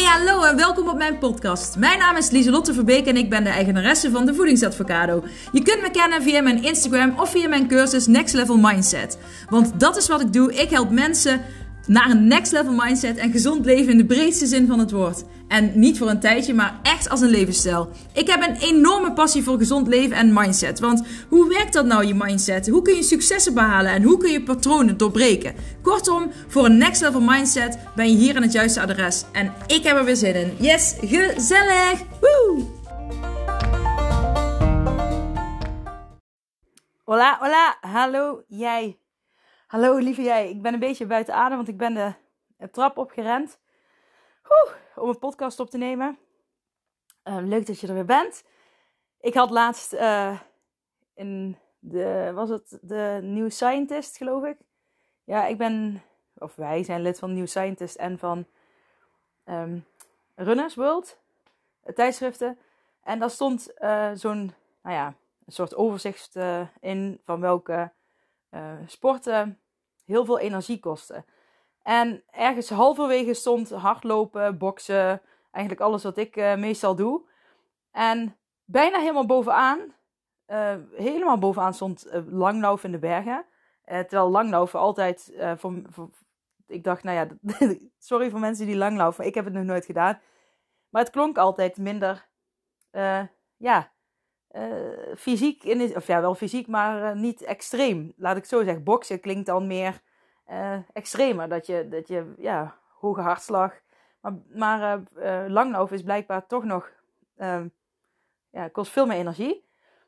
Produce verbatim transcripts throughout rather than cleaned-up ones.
hallo en welkom op mijn podcast. Mijn naam is Lieselotte Verbeek en ik ben de eigenaresse van de Voedingsadvocado. Je kunt me kennen via mijn Instagram of via mijn cursus Next Level Mindset. Want dat is wat ik doe. Ik help mensen naar een next level mindset en gezond leven in de breedste zin van het woord. En niet voor een tijdje, maar echt als een levensstijl. Ik heb een enorme passie voor gezond leven en mindset. Want hoe werkt dat nou, je mindset? Hoe kun je successen behalen en hoe kun je patronen doorbreken? Kortom, voor een next level mindset ben je hier aan het juiste adres. En ik heb er weer zin in. Yes, gezellig! Woe! Hola, hola, hallo jij. Hallo lieve jij, ik ben een beetje buiten adem, want ik ben de, de trap opgerend Oeh, om een podcast op te nemen. Uh, leuk dat je er weer bent. Ik had laatst uh, in de, was het de New Scientist, geloof ik. Ja, ik ben, of wij zijn lid van New Scientist en van um, Runners World, tijdschriften. En daar stond uh, zo'n, nou ja, een soort overzicht uh, in van welke uh, sporten heel veel energie kosten. En ergens halverwege stond hardlopen, boksen, eigenlijk alles wat ik uh, meestal doe. En bijna helemaal bovenaan, uh, helemaal bovenaan stond uh, langlaufen in de bergen. Uh, terwijl langlaufen altijd, uh, voor, voor, ik dacht nou ja, sorry voor mensen die langlaufen, ik heb het nog nooit gedaan. Maar het klonk altijd minder, uh, ja, uh, fysiek, in, of ja wel fysiek, maar uh, niet extreem. Laat ik zo zeggen, boksen klinkt dan meer Uh, extremer, dat je, dat je, ja, hoge hartslag. Maar, maar uh, uh, langlaufen is blijkbaar toch nog, uh, ja, kost veel meer energie.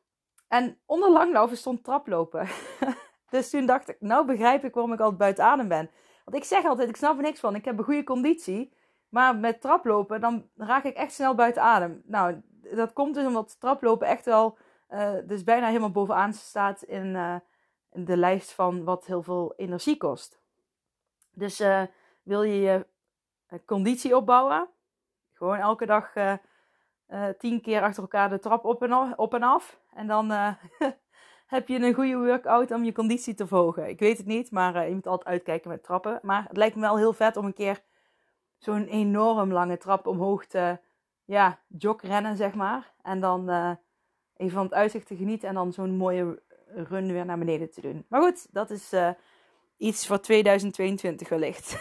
En onder langlaufen stond traplopen. Dus toen dacht ik, nou begrijp ik waarom ik altijd buiten adem ben. Want ik zeg altijd, ik snap er niks van, ik heb een goede conditie. Maar met traplopen, dan raak ik echt snel buiten adem. Nou, dat komt dus omdat traplopen echt wel, uh, dus bijna helemaal bovenaan staat in... Uh, de lijst van wat heel veel energie kost. Dus uh, wil je je conditie opbouwen, gewoon elke dag uh, uh, tien keer achter elkaar de trap op en af. Op en, af, en dan uh, heb je een goede workout om je conditie te verhogen. Ik weet het niet, maar uh, je moet altijd uitkijken met trappen. Maar het lijkt me wel heel vet om een keer zo'n enorm lange trap omhoog te, ja, jogrennen zeg maar. En dan uh, even van het uitzicht te genieten en dan zo'n mooie run weer naar beneden te doen. Maar goed, dat is uh, iets voor tweeduizend tweeëntwintig wellicht.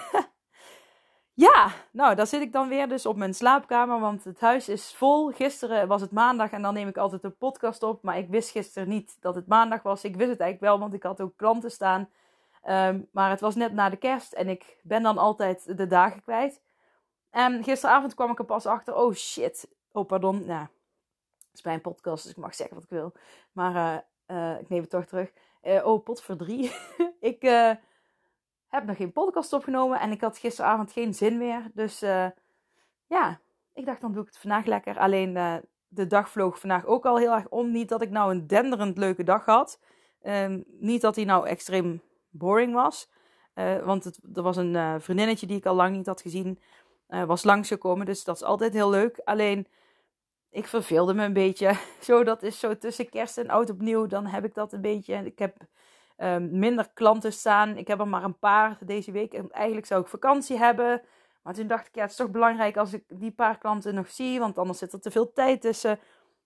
Ja, nou, daar zit ik dan weer dus op mijn slaapkamer, want het huis is vol. Gisteren was het maandag en dan neem ik altijd een podcast op, maar ik wist gisteren niet dat het maandag was. Ik wist het eigenlijk wel, want ik had ook klanten staan. Um, maar het was net na de kerst en ik ben dan altijd de dagen kwijt. En gisteravond kwam ik er pas achter, oh shit, oh pardon, nou, het is bij een podcast, dus ik mag zeggen wat ik wil. Maar... Uh, Uh, ik neem het toch terug. Uh, oh, potverdrie. ik uh, heb nog geen podcast opgenomen. En ik had gisteravond geen zin meer. Dus uh, ja, ik dacht dan doe ik het vandaag lekker. Alleen uh, de dag vloog vandaag ook al heel erg om. Niet dat ik nou een denderend leuke dag had. Uh, niet dat die nou extreem boring was. Uh, want het, er was een uh, vriendinnetje die ik al lang niet had gezien. Uh, was langsgekomen. Dus dat is altijd heel leuk. Alleen... ik verveelde me een beetje. Zo, dat is zo tussen kerst en oud opnieuw. Dan heb ik dat een beetje. Ik heb um, minder klanten staan. Ik heb er maar een paar deze week. En eigenlijk zou ik vakantie hebben. Maar toen dacht ik, ja, het is toch belangrijk als ik die paar klanten nog zie. Want anders zit er te veel tijd tussen.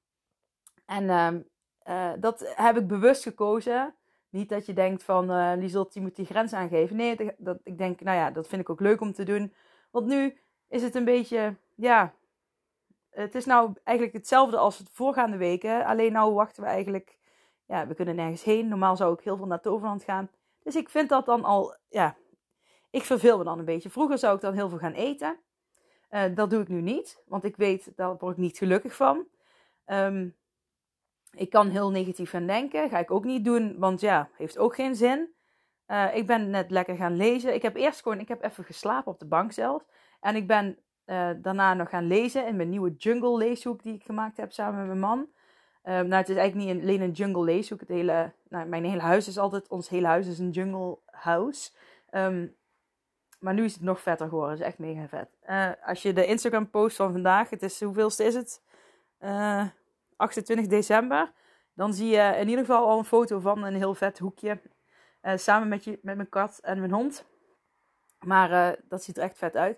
En um, uh, dat heb ik bewust gekozen. Niet dat je denkt van, uh, Lieselotte, je moet die grens aangeven. Nee, dat, dat, ik denk, nou ja, dat vind ik ook leuk om te doen. Want nu is het een beetje, ja... het is nou eigenlijk hetzelfde als de voorgaande weken. Alleen nou wachten we eigenlijk... ja, we kunnen nergens heen. Normaal zou ik heel veel naar Toverland gaan. Dus ik vind dat dan al... ja, ik verveel me dan een beetje. Vroeger zou ik dan heel veel gaan eten. Uh, dat doe ik nu niet. Want ik weet, daar word ik niet gelukkig van. Um, ik kan heel negatief gaan denken. Ga ik ook niet doen. Want ja, heeft ook geen zin. Uh, ik ben net lekker gaan lezen. Ik heb eerst gewoon... ik heb even geslapen op de bank zelfs. En ik ben... Uh, daarna nog gaan lezen in mijn nieuwe jungle leeshoek die ik gemaakt heb samen met mijn man. Um, nou, het is eigenlijk niet alleen een jungle leeshoek. Het hele, nou, mijn hele huis is altijd, ons hele huis is een jungle house. Um, maar nu is het nog vetter geworden. Het is echt mega vet. Uh, als je de Instagram post van vandaag, het is, hoeveelste is het? Uh, achtentwintig december. Dan zie je in ieder geval al een foto van een heel vet hoekje. Uh, samen met, je, met mijn kat en mijn hond. Maar uh, dat ziet er echt vet uit.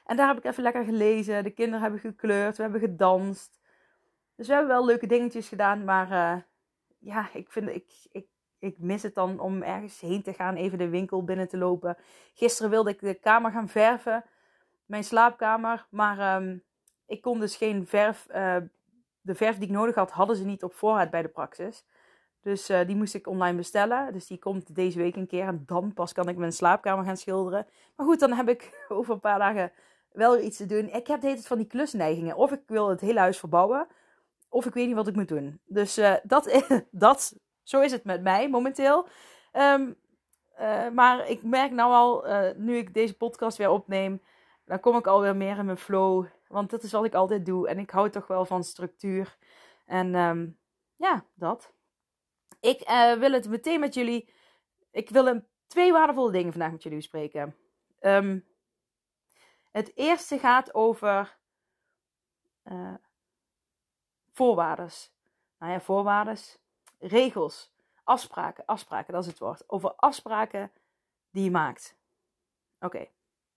En daar heb ik even lekker gelezen. De kinderen hebben gekleurd. We hebben gedanst. Dus we hebben wel leuke dingetjes gedaan. Maar uh, ja, ik vind... Ik, ik, ik mis het dan om ergens heen te gaan. Even de winkel binnen te lopen. Gisteren wilde ik de kamer gaan verven. Mijn slaapkamer. Maar um, ik kon dus geen verf... Uh, de verf die ik nodig had, hadden ze niet op voorraad bij de Praxis. Dus uh, die moest ik online bestellen. Dus die komt deze week een keer. En dan pas kan ik mijn slaapkamer gaan schilderen. Maar goed, dan heb ik over een paar dagen wel weer iets te doen. Ik heb de hele tijd van die klusneigingen. Of ik wil het hele huis verbouwen. Of ik weet niet wat ik moet doen. Dus uh, dat, dat, zo is het met mij momenteel. Um, uh, maar ik merk nou al, uh, nu ik deze podcast weer opneem, dan kom ik alweer meer in mijn flow. Want dat is wat ik altijd doe. En ik hou toch wel van structuur. En um, ja, dat. Ik uh, wil het meteen met jullie... Ik wil een, twee waardevolle dingen vandaag met jullie bespreken. Um, het eerste gaat over uh, voorwaardes. Nou ja, voorwaardes. Regels. Afspraken. Afspraken, dat is het woord. Over afspraken die je maakt. Oké. Okay.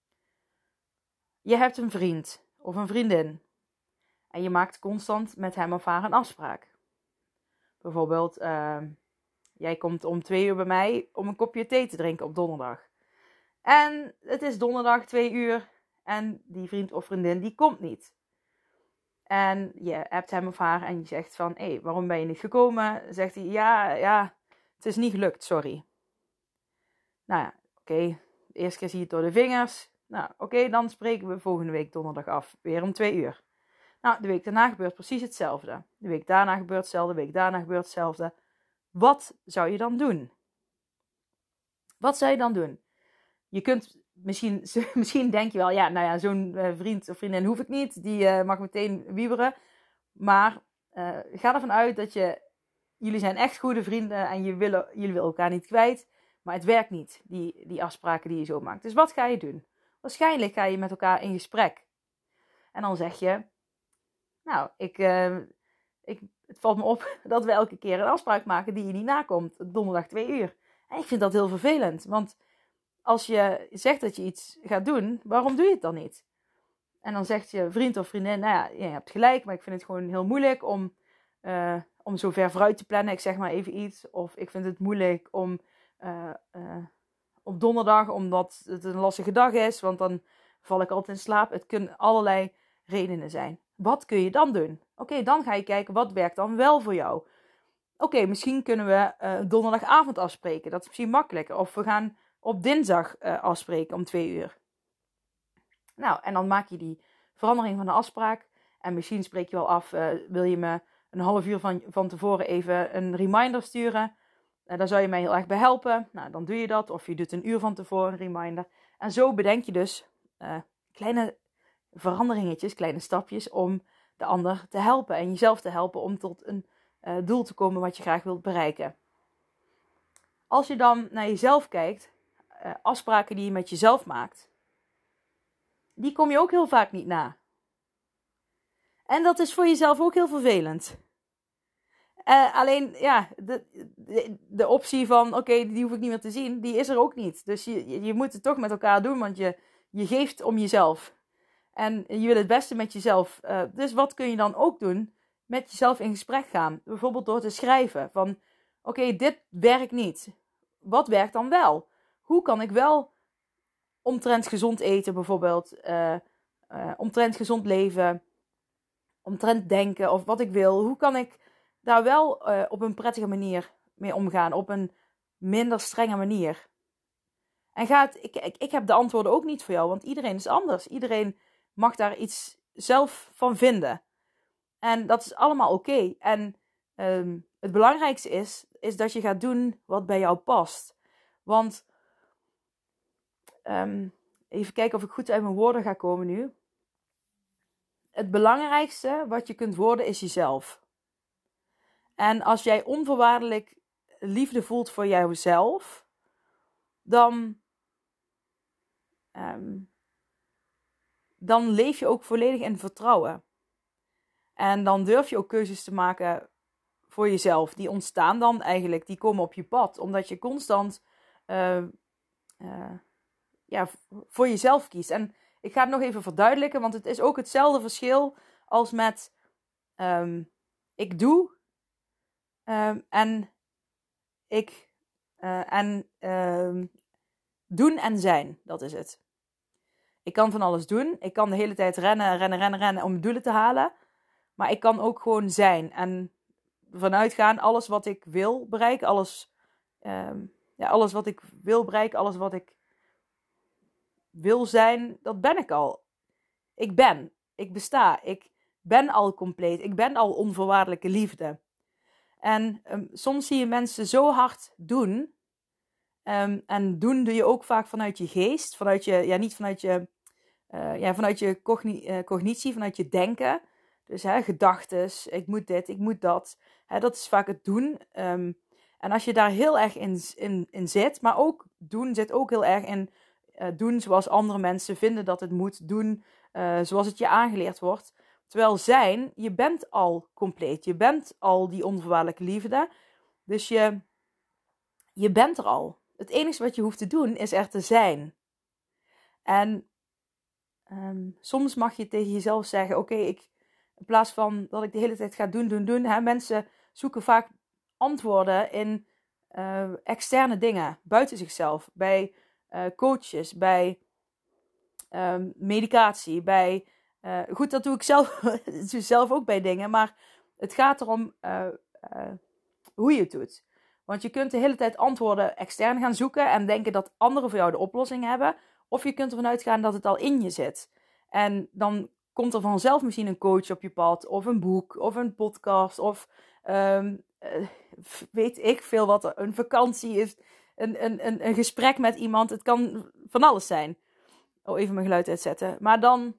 Je hebt een vriend of een vriendin. En je maakt constant met hem of haar een afspraak. Bijvoorbeeld... Uh, Jij komt om twee uur bij mij om een kopje thee te drinken op donderdag. En het is donderdag twee uur en die vriend of vriendin die komt niet. En je hebt hem of haar en je zegt van, hé, hey, waarom ben je niet gekomen? Zegt hij, ja, ja, het is niet gelukt, sorry. Nou ja, oké, okay. De eerste keer zie je het door de vingers. Nou, oké, okay, dan spreken we volgende week donderdag af, weer om twee uur. Nou, de week daarna gebeurt precies hetzelfde. De week daarna gebeurt hetzelfde, de week daarna gebeurt hetzelfde. Wat zou je dan doen? Wat zou je dan doen? Je kunt misschien, misschien denk je wel, ja, nou ja, zo'n uh, vriend of vriendin hoef ik niet. Die uh, mag meteen wieberen. Maar uh, ga ervan uit dat je, jullie zijn echt goede vrienden en je willen, jullie willen elkaar niet kwijt. Maar het werkt niet, die, die afspraken die je zo maakt. Dus wat ga je doen? Waarschijnlijk ga je met elkaar in gesprek. En dan zeg je, nou, ik... Uh, ik Het valt me op dat we elke keer een afspraak maken die je niet nakomt. Donderdag twee uur. En ik vind dat heel vervelend. Want als je zegt dat je iets gaat doen, waarom doe je het dan niet? En dan zegt je vriend of vriendin, nou ja, je hebt gelijk, maar ik vind het gewoon heel moeilijk om, uh, om zo ver vooruit te plannen. Ik zeg maar even iets. Of ik vind het moeilijk om uh, uh, op donderdag, omdat het een lastige dag is. Want dan val ik altijd in slaap. Het kunnen allerlei redenen zijn. Wat kun je dan doen? Oké, okay, dan ga je kijken wat werkt dan wel voor jou. Oké, okay, misschien kunnen we uh, donderdagavond afspreken. Dat is misschien makkelijker. Of we gaan op dinsdag uh, afspreken om twee uur. Nou, en dan maak je die verandering van de afspraak. En misschien spreek je wel af, uh, wil je me een half uur van, van tevoren even een reminder sturen? Uh, daar zou je mij heel erg bij helpen. Nou, dan doe je dat. Of je doet een uur van tevoren een reminder. En zo bedenk je dus uh, kleine veranderingetjes, kleine stapjes om de ander te helpen en jezelf te helpen om tot een uh, doel te komen wat je graag wilt bereiken. Als je dan naar jezelf kijkt, uh, afspraken die je met jezelf maakt, die kom je ook heel vaak niet na. En dat is voor jezelf ook heel vervelend. Uh, alleen, ja, de, de, de optie van, oké, okay, die hoef ik niet meer te zien, die is er ook niet. Dus je, je moet het toch met elkaar doen, want je, je geeft om jezelf. En je wil het beste met jezelf. Uh, dus wat kun je dan ook doen? Met jezelf in gesprek gaan. Bijvoorbeeld door te schrijven van, oké, okay, dit werkt niet. Wat werkt dan wel? Hoe kan ik wel omtrent gezond eten bijvoorbeeld, uh, uh, omtrent gezond leven, omtrent denken of wat ik wil. Hoe kan ik daar wel uh, op een prettige manier mee omgaan, op een minder strenge manier? En gaat, ik, ik, ik heb de antwoorden ook niet voor jou, want iedereen is anders. Iedereen mag daar iets zelf van vinden. En dat is allemaal oké. Okay. En um, het belangrijkste is, is dat je gaat doen wat bij jou past. Want, um, even kijken of ik goed uit mijn woorden ga komen nu. Het belangrijkste wat je kunt worden is jezelf. En als jij onvoorwaardelijk liefde voelt voor jouzelf, dan, um, dan leef je ook volledig in vertrouwen. En dan durf je ook keuzes te maken voor jezelf. Die ontstaan dan eigenlijk, die komen op je pad. Omdat je constant uh, uh, ja, voor jezelf kiest. En Ik ga het nog even verduidelijken, want het is ook hetzelfde verschil als met um, ik doe um, en ik uh, en um, doen en zijn. Dat is het. Ik kan van alles doen. Ik kan de hele tijd rennen, rennen, rennen, rennen om doelen te halen. Maar ik kan ook gewoon zijn en vanuit gaan, alles wat ik wil bereiken, alles, um, ja, alles wat ik wil bereiken, alles wat ik wil zijn, dat ben ik al. Ik ben, ik besta, ik ben al compleet, ik ben al onvoorwaardelijke liefde. En um, soms zie je mensen zo hard doen, um, en doen doe je ook vaak vanuit je geest, vanuit je, ja niet vanuit je, uh, ja vanuit je cogni- uh, cognitie, vanuit je denken. Dus hè, gedachtes, ik moet dit, ik moet dat. Hè, dat is vaak het doen. Um, en als je daar heel erg in, in, in zit, maar ook doen zit ook heel erg in uh, doen zoals andere mensen vinden dat het moet. Doen uh, zoals het je aangeleerd wordt. Terwijl zijn, je bent al compleet. Je bent al die onvoorwaardelijke liefde. Dus je, je bent er al. Het enige wat je hoeft te doen is er te zijn. En um, soms mag je tegen jezelf zeggen, oké, okay, ik... in plaats van dat ik de hele tijd ga doen, doen, doen. Hè, mensen zoeken vaak antwoorden in uh, externe dingen. Buiten zichzelf. Bij uh, coaches. Bij um, medicatie. Bij, uh, goed, dat doe ik zelf, zelf ook bij dingen. Maar het gaat erom uh, uh, hoe je het doet. Want je kunt de hele tijd antwoorden extern gaan zoeken. En denken dat anderen voor jou de oplossing hebben. Of je kunt ervan uitgaan dat het al in je zit. En dan komt er vanzelf misschien een coach op je pad. Of een boek. Of een podcast. Of um, uh, weet ik veel wat er. Een vakantie is. Een, een, een, een gesprek met iemand. Het kan van alles zijn. Oh, even mijn geluid uitzetten. Maar dan,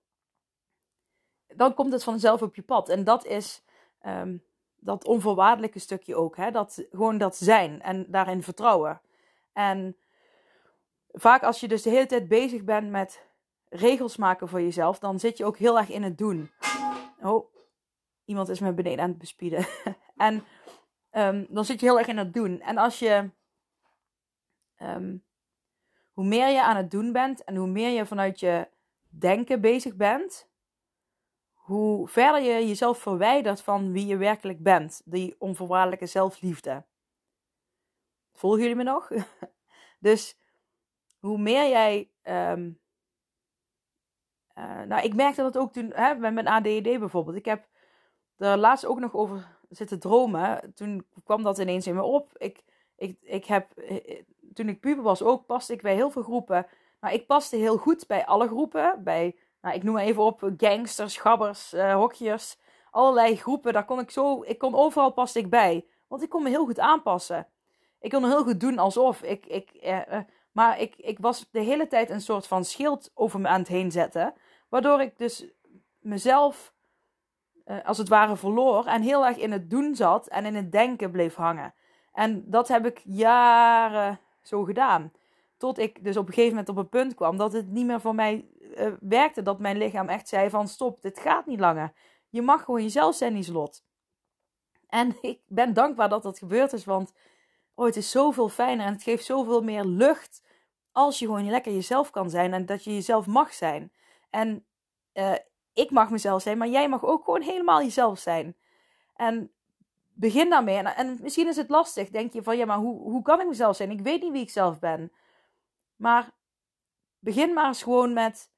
dan komt het vanzelf op je pad. En dat is um, dat onvoorwaardelijke stukje ook. Hè? Dat, gewoon dat zijn. En daarin vertrouwen. En vaak als je dus de hele tijd bezig bent met regels maken voor jezelf, dan zit je ook heel erg in het doen. Oh, iemand is me beneden aan het bespieden. en um, dan zit je heel erg in het doen. En als je, um, hoe meer je aan het doen bent en hoe meer je vanuit je denken bezig bent, hoe verder je jezelf verwijdert van wie je werkelijk bent. Die onvoorwaardelijke zelfliefde. Volgen jullie me nog? Dus hoe meer jij... Um, uh, nou, ik merkte dat ook toen, hè, met mijn A D H D bijvoorbeeld. Ik heb er laatst ook nog over zitten dromen. Toen kwam dat ineens in me op. Ik, ik, ik heb, toen ik puber was ook, paste ik bij heel veel groepen. Nou, ik paste heel goed bij alle groepen. Bij, nou, ik noem maar even op, gangsters, gabbers, uh, hokjes. Allerlei groepen, daar kon ik zo, ik kon overal paste ik bij. Want ik kon me heel goed aanpassen. Ik kon heel goed doen alsof. Ik, ik, uh, uh, maar ik, ik was de hele tijd een soort van schild over me aan het heen zetten. Waardoor ik dus mezelf uh, als het ware verloor. En heel erg in het doen zat en in het denken bleef hangen. En dat heb ik jaren zo gedaan. Tot ik dus op een gegeven moment op een punt kwam dat het niet meer voor mij uh, werkte. Dat mijn lichaam echt zei van stop, dit gaat niet langer. Je mag gewoon jezelf zijn, Lieselot. En ik ben dankbaar dat dat gebeurd is. Want oh, het is zoveel fijner en het geeft zoveel meer lucht als je gewoon lekker jezelf kan zijn en dat je jezelf mag zijn. En uh, ik mag mezelf zijn, maar jij mag ook gewoon helemaal jezelf zijn. En begin daarmee. En, en misschien is het lastig. Denk je van, ja, maar hoe, hoe kan ik mezelf zijn? Ik weet niet wie ik zelf ben. Maar begin maar eens gewoon met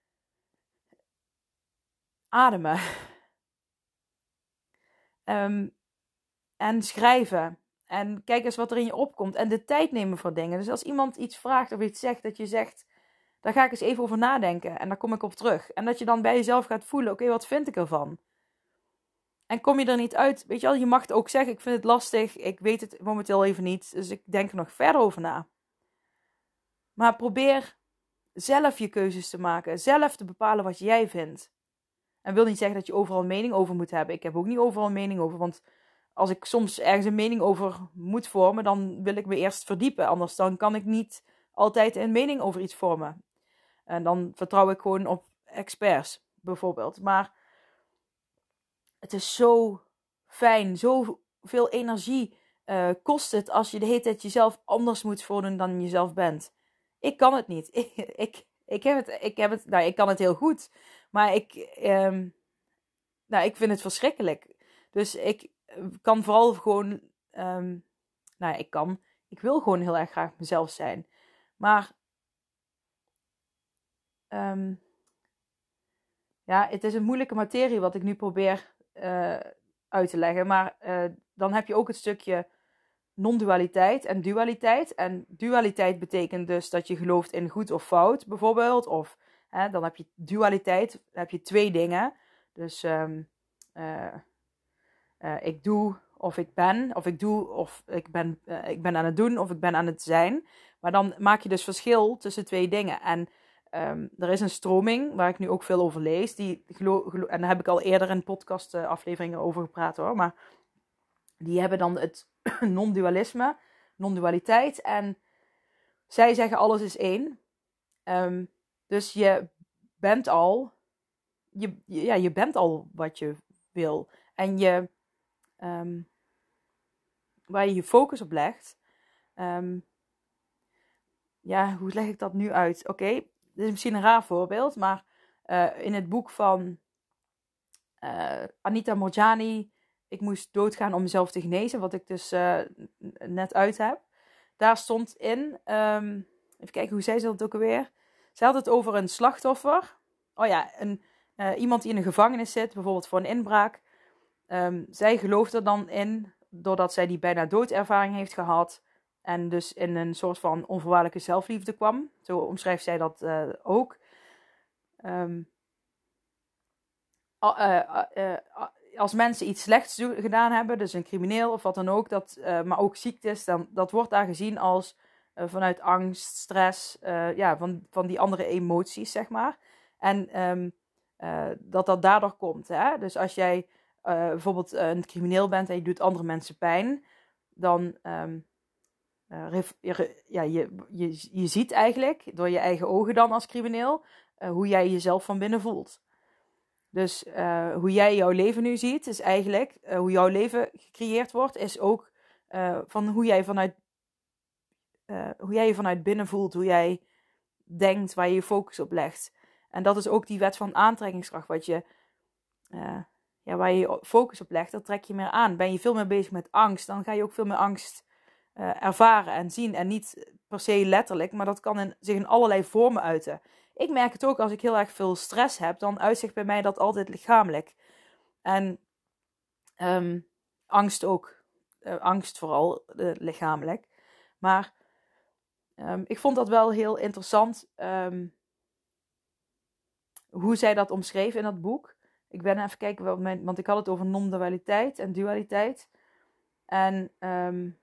ademen. Um, en schrijven. En kijk eens wat er in je opkomt. En de tijd nemen voor dingen. Dus als iemand iets vraagt of iets zegt, dat je zegt, daar ga ik eens even over nadenken. En daar kom ik op terug. En dat je dan bij jezelf gaat voelen, oké, okay, wat vind ik ervan? En kom je er niet uit, weet je wel, je mag het ook zeggen, ik vind het lastig, ik weet het momenteel even niet, dus ik denk er nog verder over na. Maar probeer zelf je keuzes te maken, zelf te bepalen wat jij vindt. En wil niet zeggen dat je overal een mening over moet hebben. Ik heb ook niet overal een mening over, want als ik soms ergens een mening over moet vormen, dan wil ik me eerst verdiepen. Anders dan kan ik niet altijd een mening over iets vormen. En dan vertrouw ik gewoon op experts, bijvoorbeeld. Maar het is zo fijn, zoveel energie uh, kost het als je de hele tijd jezelf anders moet voordoen dan je zelf bent. Ik kan het niet. Ik, ik, ik heb het, ik heb het, nou, ik kan het heel goed. Maar ik, ehm, nou, ik vind het verschrikkelijk. Dus ik kan vooral gewoon, um, nou ja, ik kan, ik wil gewoon heel erg graag mezelf zijn. Maar, um, ja, het is een moeilijke materie wat ik nu probeer uh, uit te leggen. Maar uh, dan heb je ook het stukje non-dualiteit en dualiteit. En dualiteit betekent dus dat je gelooft in goed of fout, bijvoorbeeld. Of hè, dan heb je dualiteit, dan heb je twee dingen. Dus um, uh, uh, ik doe of ik ben, of ik doe of ik ben, uh, ik ben aan het doen of ik ben aan het zijn. Maar dan maak je dus verschil tussen twee dingen. En um, er is een stroming waar ik nu ook veel over lees. Die, gelo- gelo- en daar heb ik al eerder in podcast uh, afleveringen over gepraat hoor. Maar die hebben dan het non-dualisme, non-dualiteit. En zij zeggen alles is één. Um, dus je bent al, je, ja, je bent al wat je wil. En je, um, waar je je focus op legt. Um, ja, hoe leg ik dat nu uit? Oké, okay, dit is misschien een raar voorbeeld. Maar uh, in het boek van uh, Anita Moorjani, Ik moest doodgaan om mezelf te genezen, wat ik dus uh, net uit heb. Daar stond in, um, even kijken, hoe zei ze dat ook alweer? Ze had het over een slachtoffer. Oh ja, een, uh, iemand die in een gevangenis zit, bijvoorbeeld voor een inbraak. Um, zij gelooft er dan in, doordat zij die bijna doodervaring heeft gehad. En dus in een soort van onvoorwaardelijke zelfliefde kwam. Zo omschrijft zij dat uh, ook. Um, uh, uh, uh, uh, als mensen iets slechts do- gedaan hebben, dus een crimineel of wat dan ook, dat, uh, maar ook ziektes, dan dat wordt daar gezien als uh, vanuit angst, stress, uh, ja, van, van die andere emoties, zeg maar. En um, uh, dat dat daardoor komt. Hè? Dus als jij uh, bijvoorbeeld een crimineel bent en je doet andere mensen pijn, dan um, uh, ref, je, ja, je, je, je ziet eigenlijk door je eigen ogen dan als crimineel uh, hoe jij jezelf van binnen voelt. Dus uh, hoe jij jouw leven nu ziet, is eigenlijk uh, hoe jouw leven gecreëerd wordt, is ook uh, van hoe jij vanuit uh, hoe jij je vanuit binnen voelt, hoe jij denkt, waar je je focus op legt. En dat is ook die wet van aantrekkingskracht, wat je, uh, ja, waar je je focus op legt, dat trek je meer aan. Ben je veel meer bezig met angst, dan ga je ook veel meer angst uh, ervaren en zien. En niet per se letterlijk, maar dat kan in, zich in allerlei vormen uiten. Ik merk het ook als ik heel erg veel stress heb, dan uitzicht bij mij dat altijd lichamelijk. En um, angst ook. Uh, angst vooral, uh, lichamelijk. Maar um, ik vond dat wel heel interessant um, hoe zij dat omschreef in dat boek. Ik ben even kijken, want ik had het over non-dualiteit en dualiteit. En um,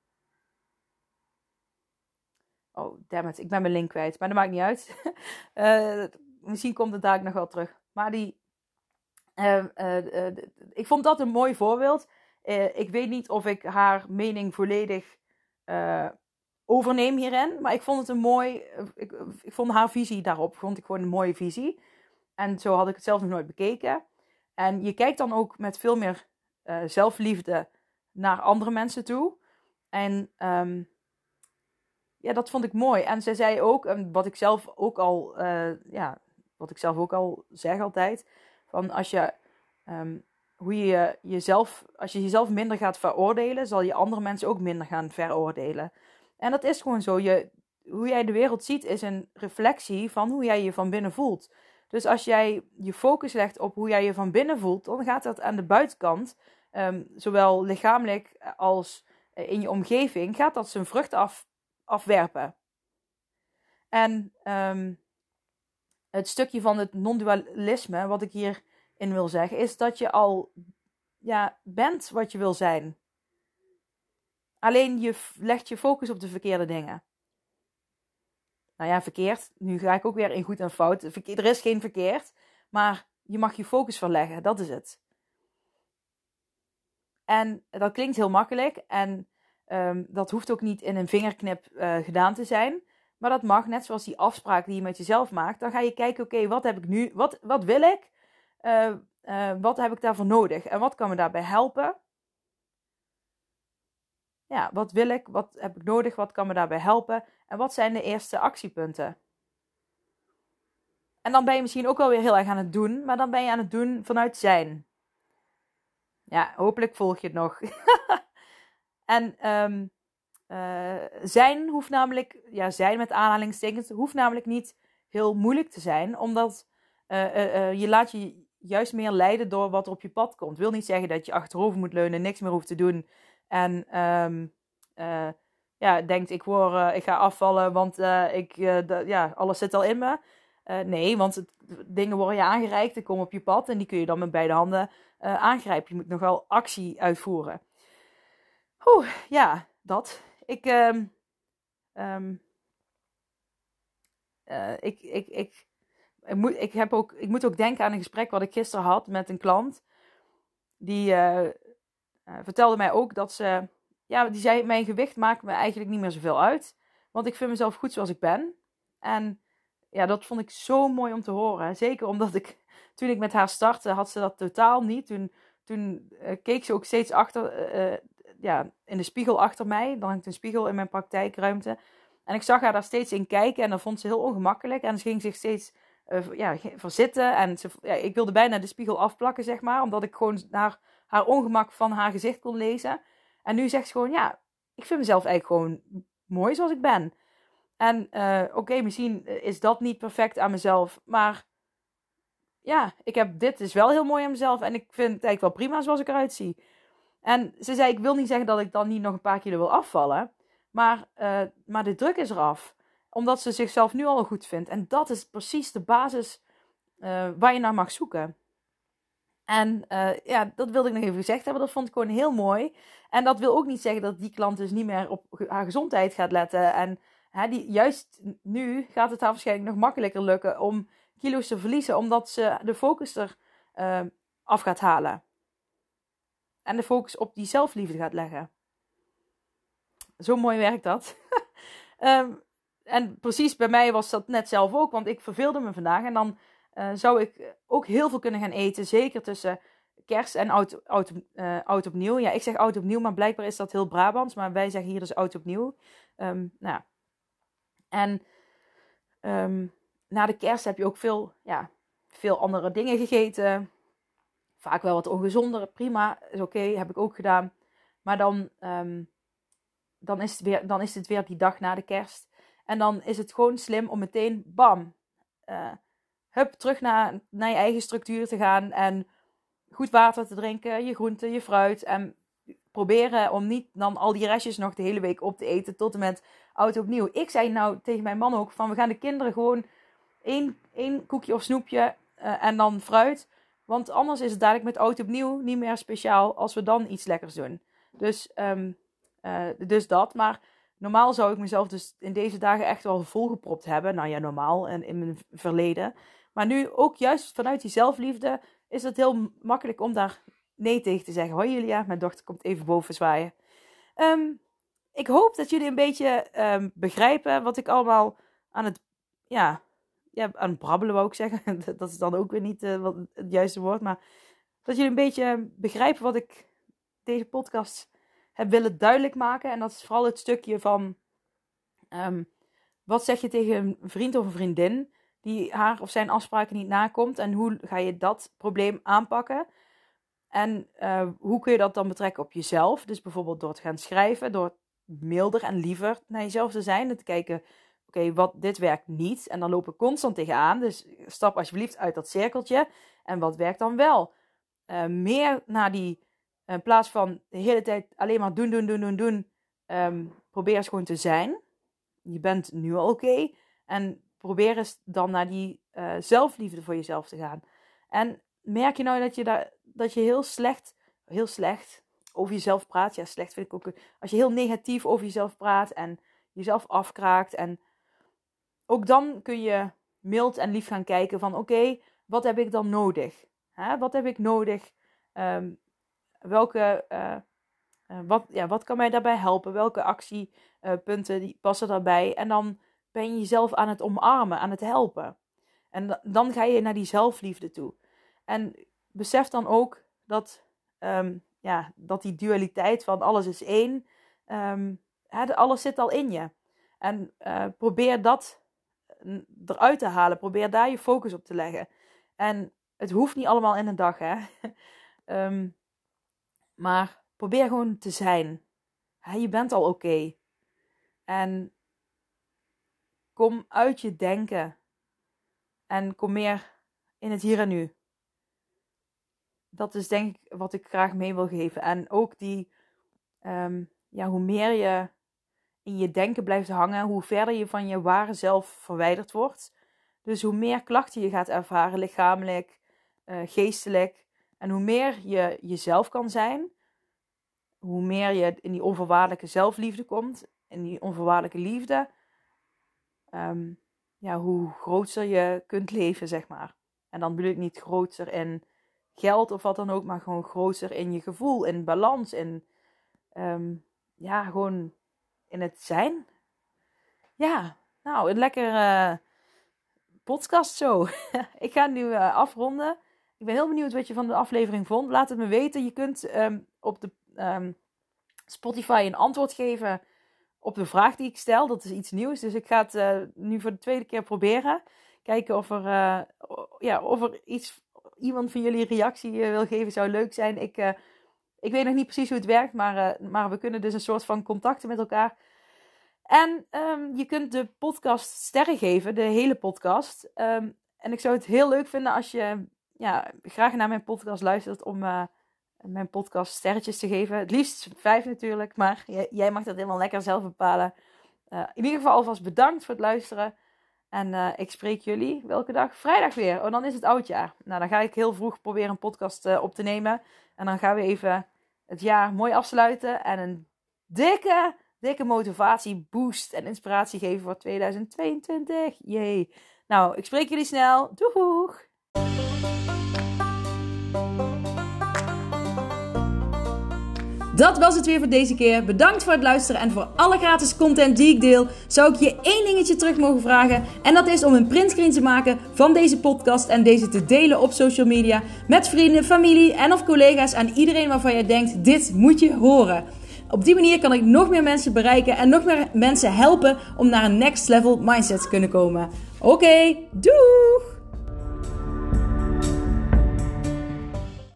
oh, damn it, ik ben mijn link kwijt. Maar dat maakt niet uit. uh, misschien komt het daar nog wel terug. Maar die, uh, uh, uh, ik vond dat een mooi voorbeeld. Uh, ik weet niet of ik haar mening volledig uh, overneem hierin. Maar ik vond het een mooi, uh, ik, ik vond haar visie daarop, vond ik gewoon een mooie visie. En zo had ik het zelf nog nooit bekeken. En je kijkt dan ook met veel meer uh, zelfliefde naar andere mensen toe. En um, ja, dat vond ik mooi. En zij zei ook, en wat ik zelf ook al, uh, ja, wat ik zelf ook al zeg altijd, van als je, um, hoe je jezelf, als je jezelf minder gaat veroordelen, zal je andere mensen ook minder gaan veroordelen. En dat is gewoon zo. Je, hoe jij de wereld ziet is een reflectie van hoe jij je van binnen voelt. Dus als jij je focus legt op hoe jij je van binnen voelt, dan gaat dat aan de buitenkant, um, zowel lichamelijk als in je omgeving, gaat dat zijn vrucht af, afwerpen. En um, het stukje van het non-dualisme, wat ik hierin wil zeggen, is dat je al ja, bent wat je wil zijn. Alleen je legt je focus op de verkeerde dingen. Nou ja, verkeerd. Nu ga ik ook weer in goed en fout. Er is geen verkeerd. Maar je mag je focus verleggen. Dat is het. En dat klinkt heel makkelijk. En um, dat hoeft ook niet in een vingerknip uh, gedaan te zijn. Maar dat mag, net zoals die afspraak die je met jezelf maakt. Dan ga je kijken, oké, okay, wat heb ik nu? Wat, wat wil ik? Uh, uh, wat heb ik daarvoor nodig? En wat kan me daarbij helpen? Ja, wat wil ik? Wat heb ik nodig? Wat kan me daarbij helpen? En wat zijn de eerste actiepunten? En dan ben je misschien ook wel weer heel erg aan het doen. Maar dan ben je aan het doen vanuit zijn. Ja, hopelijk volg je het nog. en um, uh, zijn hoeft namelijk... Ja, zijn met aanhalingstekens hoeft namelijk niet heel moeilijk te zijn. Omdat uh, uh, uh, je laat je juist meer leiden door wat er op je pad komt. Wil niet zeggen dat je achterover moet leunen, niks meer hoeft te doen. En um, uh, ja, denkt ik, word, uh, ik ga afvallen, want uh, ik, uh, de, ja, alles zit al in me. Uh, nee, want het, dingen worden je aangereikt, die komen op je pad en die kun je dan met beide handen uh, aangrijpen. Je moet nog wel actie uitvoeren. Oeh, ja, dat. Ik, um, um, uh, ik, ik, ik, ik, moet, ik, heb ook, ik moet ook denken aan een gesprek wat ik gisteren had met een klant. Die uh, uh, vertelde mij ook dat ze... Ja, die zei, mijn gewicht maakt me eigenlijk niet meer zoveel uit. Want ik vind mezelf goed zoals ik ben. En ja, dat vond ik zo mooi om te horen. Zeker omdat ik, toen ik met haar startte, had ze dat totaal niet. Toen, toen uh, keek ze ook steeds achter, uh, ja, in de spiegel achter mij. Dan hangt een spiegel in mijn praktijkruimte. En ik zag haar daar steeds in kijken en dat vond ze heel ongemakkelijk. En ze ging zich steeds uh, ja, verzitten. En ze, ja, ik wilde bijna de spiegel afplakken, zeg maar. Omdat ik gewoon haar, haar ongemak van haar gezicht kon lezen. En nu zegt ze gewoon, ja, ik vind mezelf eigenlijk gewoon mooi zoals ik ben. En uh, oké, okay, misschien is dat niet perfect aan mezelf. Maar ja, ik heb, dit is wel heel mooi aan mezelf. En ik vind het eigenlijk wel prima zoals ik eruit zie. En ze zei, ik wil niet zeggen dat ik dan niet nog een paar kilo wil afvallen. Maar, uh, maar de druk is eraf. Omdat ze zichzelf nu al goed vindt. En dat is precies de basis uh, waar je naar mag zoeken. En uh, ja, dat wilde ik nog even gezegd hebben. Dat vond ik gewoon heel mooi. En dat wil ook niet zeggen dat die klant dus niet meer op haar gezondheid gaat letten. En hè, die, juist nu gaat het haar waarschijnlijk nog makkelijker lukken om kilo's te verliezen. Omdat ze de focus er uh, af gaat halen. En de focus op die zelfliefde gaat leggen. Zo mooi werkt dat. um, en precies bij mij was dat net zelf ook. Want ik verveelde me vandaag. En dan uh, zou ik ook heel veel kunnen gaan eten. Zeker tussen kerst en oud, oud, uh, oud opnieuw. Ja, ik zeg oud opnieuw. Maar blijkbaar is dat heel Brabants. Maar wij zeggen hier dus oud opnieuw. Um, nou. En um, na de kerst heb je ook veel, ja, veel andere dingen gegeten. Vaak wel wat ongezondere. Prima, is oké. Okay, heb ik ook gedaan. Maar dan... Um, Dan is, het weer, dan is het weer die dag na de kerst. En dan is het gewoon slim om meteen, bam, uh, hup, terug naar, naar je eigen structuur te gaan. En goed water te drinken, je groenten, je fruit. En proberen om niet dan al die restjes nog de hele week op te eten tot en met oud opnieuw. Ik zei nou tegen mijn man ook van, we gaan de kinderen gewoon één, één koekje of snoepje uh, en dan fruit. Want anders is het dadelijk met oud opnieuw niet meer speciaal als we dan iets lekkers doen. Dus... Um, Uh, dus dat, maar normaal zou ik mezelf dus in deze dagen echt wel volgepropt hebben. Nou ja, normaal en in mijn verleden. Maar nu ook juist vanuit die zelfliefde is het heel makkelijk om daar nee tegen te zeggen. Hoi Julia, mijn dochter komt even boven zwaaien. Um, ik hoop dat jullie een beetje um, begrijpen wat ik allemaal aan het, ja, ja, aan het brabbelen wou ik zeggen. Dat is dan ook weer niet uh, wat het juiste woord. Maar dat jullie een beetje begrijpen wat ik deze podcast heb willen duidelijk maken. En dat is vooral het stukje van... Um, wat zeg je tegen een vriend of een vriendin die haar of zijn afspraken niet nakomt? En hoe ga je dat probleem aanpakken? En uh, hoe kun je dat dan betrekken op jezelf? Dus bijvoorbeeld door te gaan schrijven, door milder en liever naar jezelf te zijn. En te kijken, oké, okay, wat dit werkt niet. En dan lopen we constant tegenaan. Dus stap alsjeblieft uit dat cirkeltje. En wat werkt dan wel? Uh, meer naar die... In plaats van de hele tijd alleen maar doen, doen, doen, doen, doen. Um, probeer eens gewoon te zijn. Je bent nu al oké. Okay. En probeer eens dan naar die uh, zelfliefde voor jezelf te gaan. En merk je nou dat je, daar, dat je heel slecht, heel slecht over jezelf praat. Ja, slecht vind ik ook. Als je heel negatief over jezelf praat en jezelf afkraakt. En ook dan kun je mild en lief gaan kijken van oké, okay, wat heb ik dan nodig? Hè? Wat heb ik nodig? Um, Welke, uh, uh, wat, ja, wat kan mij daarbij helpen? Welke actiepunten uh, die passen daarbij? En dan ben je jezelf aan het omarmen, aan het helpen. En d- dan ga je naar die zelfliefde toe. En besef dan ook dat, um, ja, dat die dualiteit van alles is één, um, hè, alles zit al in je. En uh, probeer dat eruit te halen. Probeer daar je focus op te leggen. En het hoeft niet allemaal in een dag, hè. um, maar probeer gewoon te zijn. Ja, je bent al oké. Okay. En kom uit je denken. En kom meer in het hier en nu. Dat is denk ik wat ik graag mee wil geven. En ook die, um, ja, hoe meer je in je denken blijft hangen, hoe verder je van je ware zelf verwijderd wordt. Dus hoe meer klachten je gaat ervaren, lichamelijk, uh, geestelijk. En hoe meer je jezelf kan zijn, hoe meer je in die onvoorwaardelijke zelfliefde komt, in die onvoorwaardelijke liefde, um, ja, hoe groter je kunt leven, zeg maar. En dan bedoel ik niet groter in geld of wat dan ook, maar gewoon groter in je gevoel, in balans, in, um, ja, gewoon in het zijn. Ja, nou, een lekkere podcast zo. Ik ga nu uh, afronden. Ik ben heel benieuwd wat je van de aflevering vond. Laat het me weten. Je kunt um, op de um, Spotify een antwoord geven op de vraag die ik stel. Dat is iets nieuws. Dus ik ga het uh, nu voor de tweede keer proberen. Kijken of er, uh, ja, of er iets, iemand van jullie reactie uh, wil geven. Zou leuk zijn. Ik, uh, ik weet nog niet precies hoe het werkt. Maar, uh, maar we kunnen dus een soort van contacten met elkaar. En um, je kunt de podcast sterren geven. De hele podcast. Um, en ik zou het heel leuk vinden als je ja, graag naar mijn podcast luistert. Om uh, mijn podcast sterretjes te geven. Het liefst vijf natuurlijk. Maar j- jij mag dat helemaal lekker zelf bepalen. Uh, in ieder geval alvast bedankt voor het luisteren. En uh, ik spreek jullie welke dag? Vrijdag weer. Oh, dan is het oudjaar. Nou, dan ga ik heel vroeg proberen een podcast uh, op te nemen. En dan gaan we even het jaar mooi afsluiten. En een dikke, dikke motivatie, boost en inspiratie geven voor tweeduizend tweeëntwintig. Jee. Nou, ik spreek jullie snel. Doeg! Dat was het weer voor deze keer. Bedankt voor het luisteren en voor alle gratis content die ik deel. Zou ik je één dingetje terug mogen vragen. En dat is om een printscreen te maken van deze podcast en deze te delen op social media. Met vrienden, familie en of collega's en iedereen waarvan jij denkt, dit moet je horen. Op die manier kan ik nog meer mensen bereiken en nog meer mensen helpen om naar een next level mindset te kunnen komen. Oké, okay, doeg!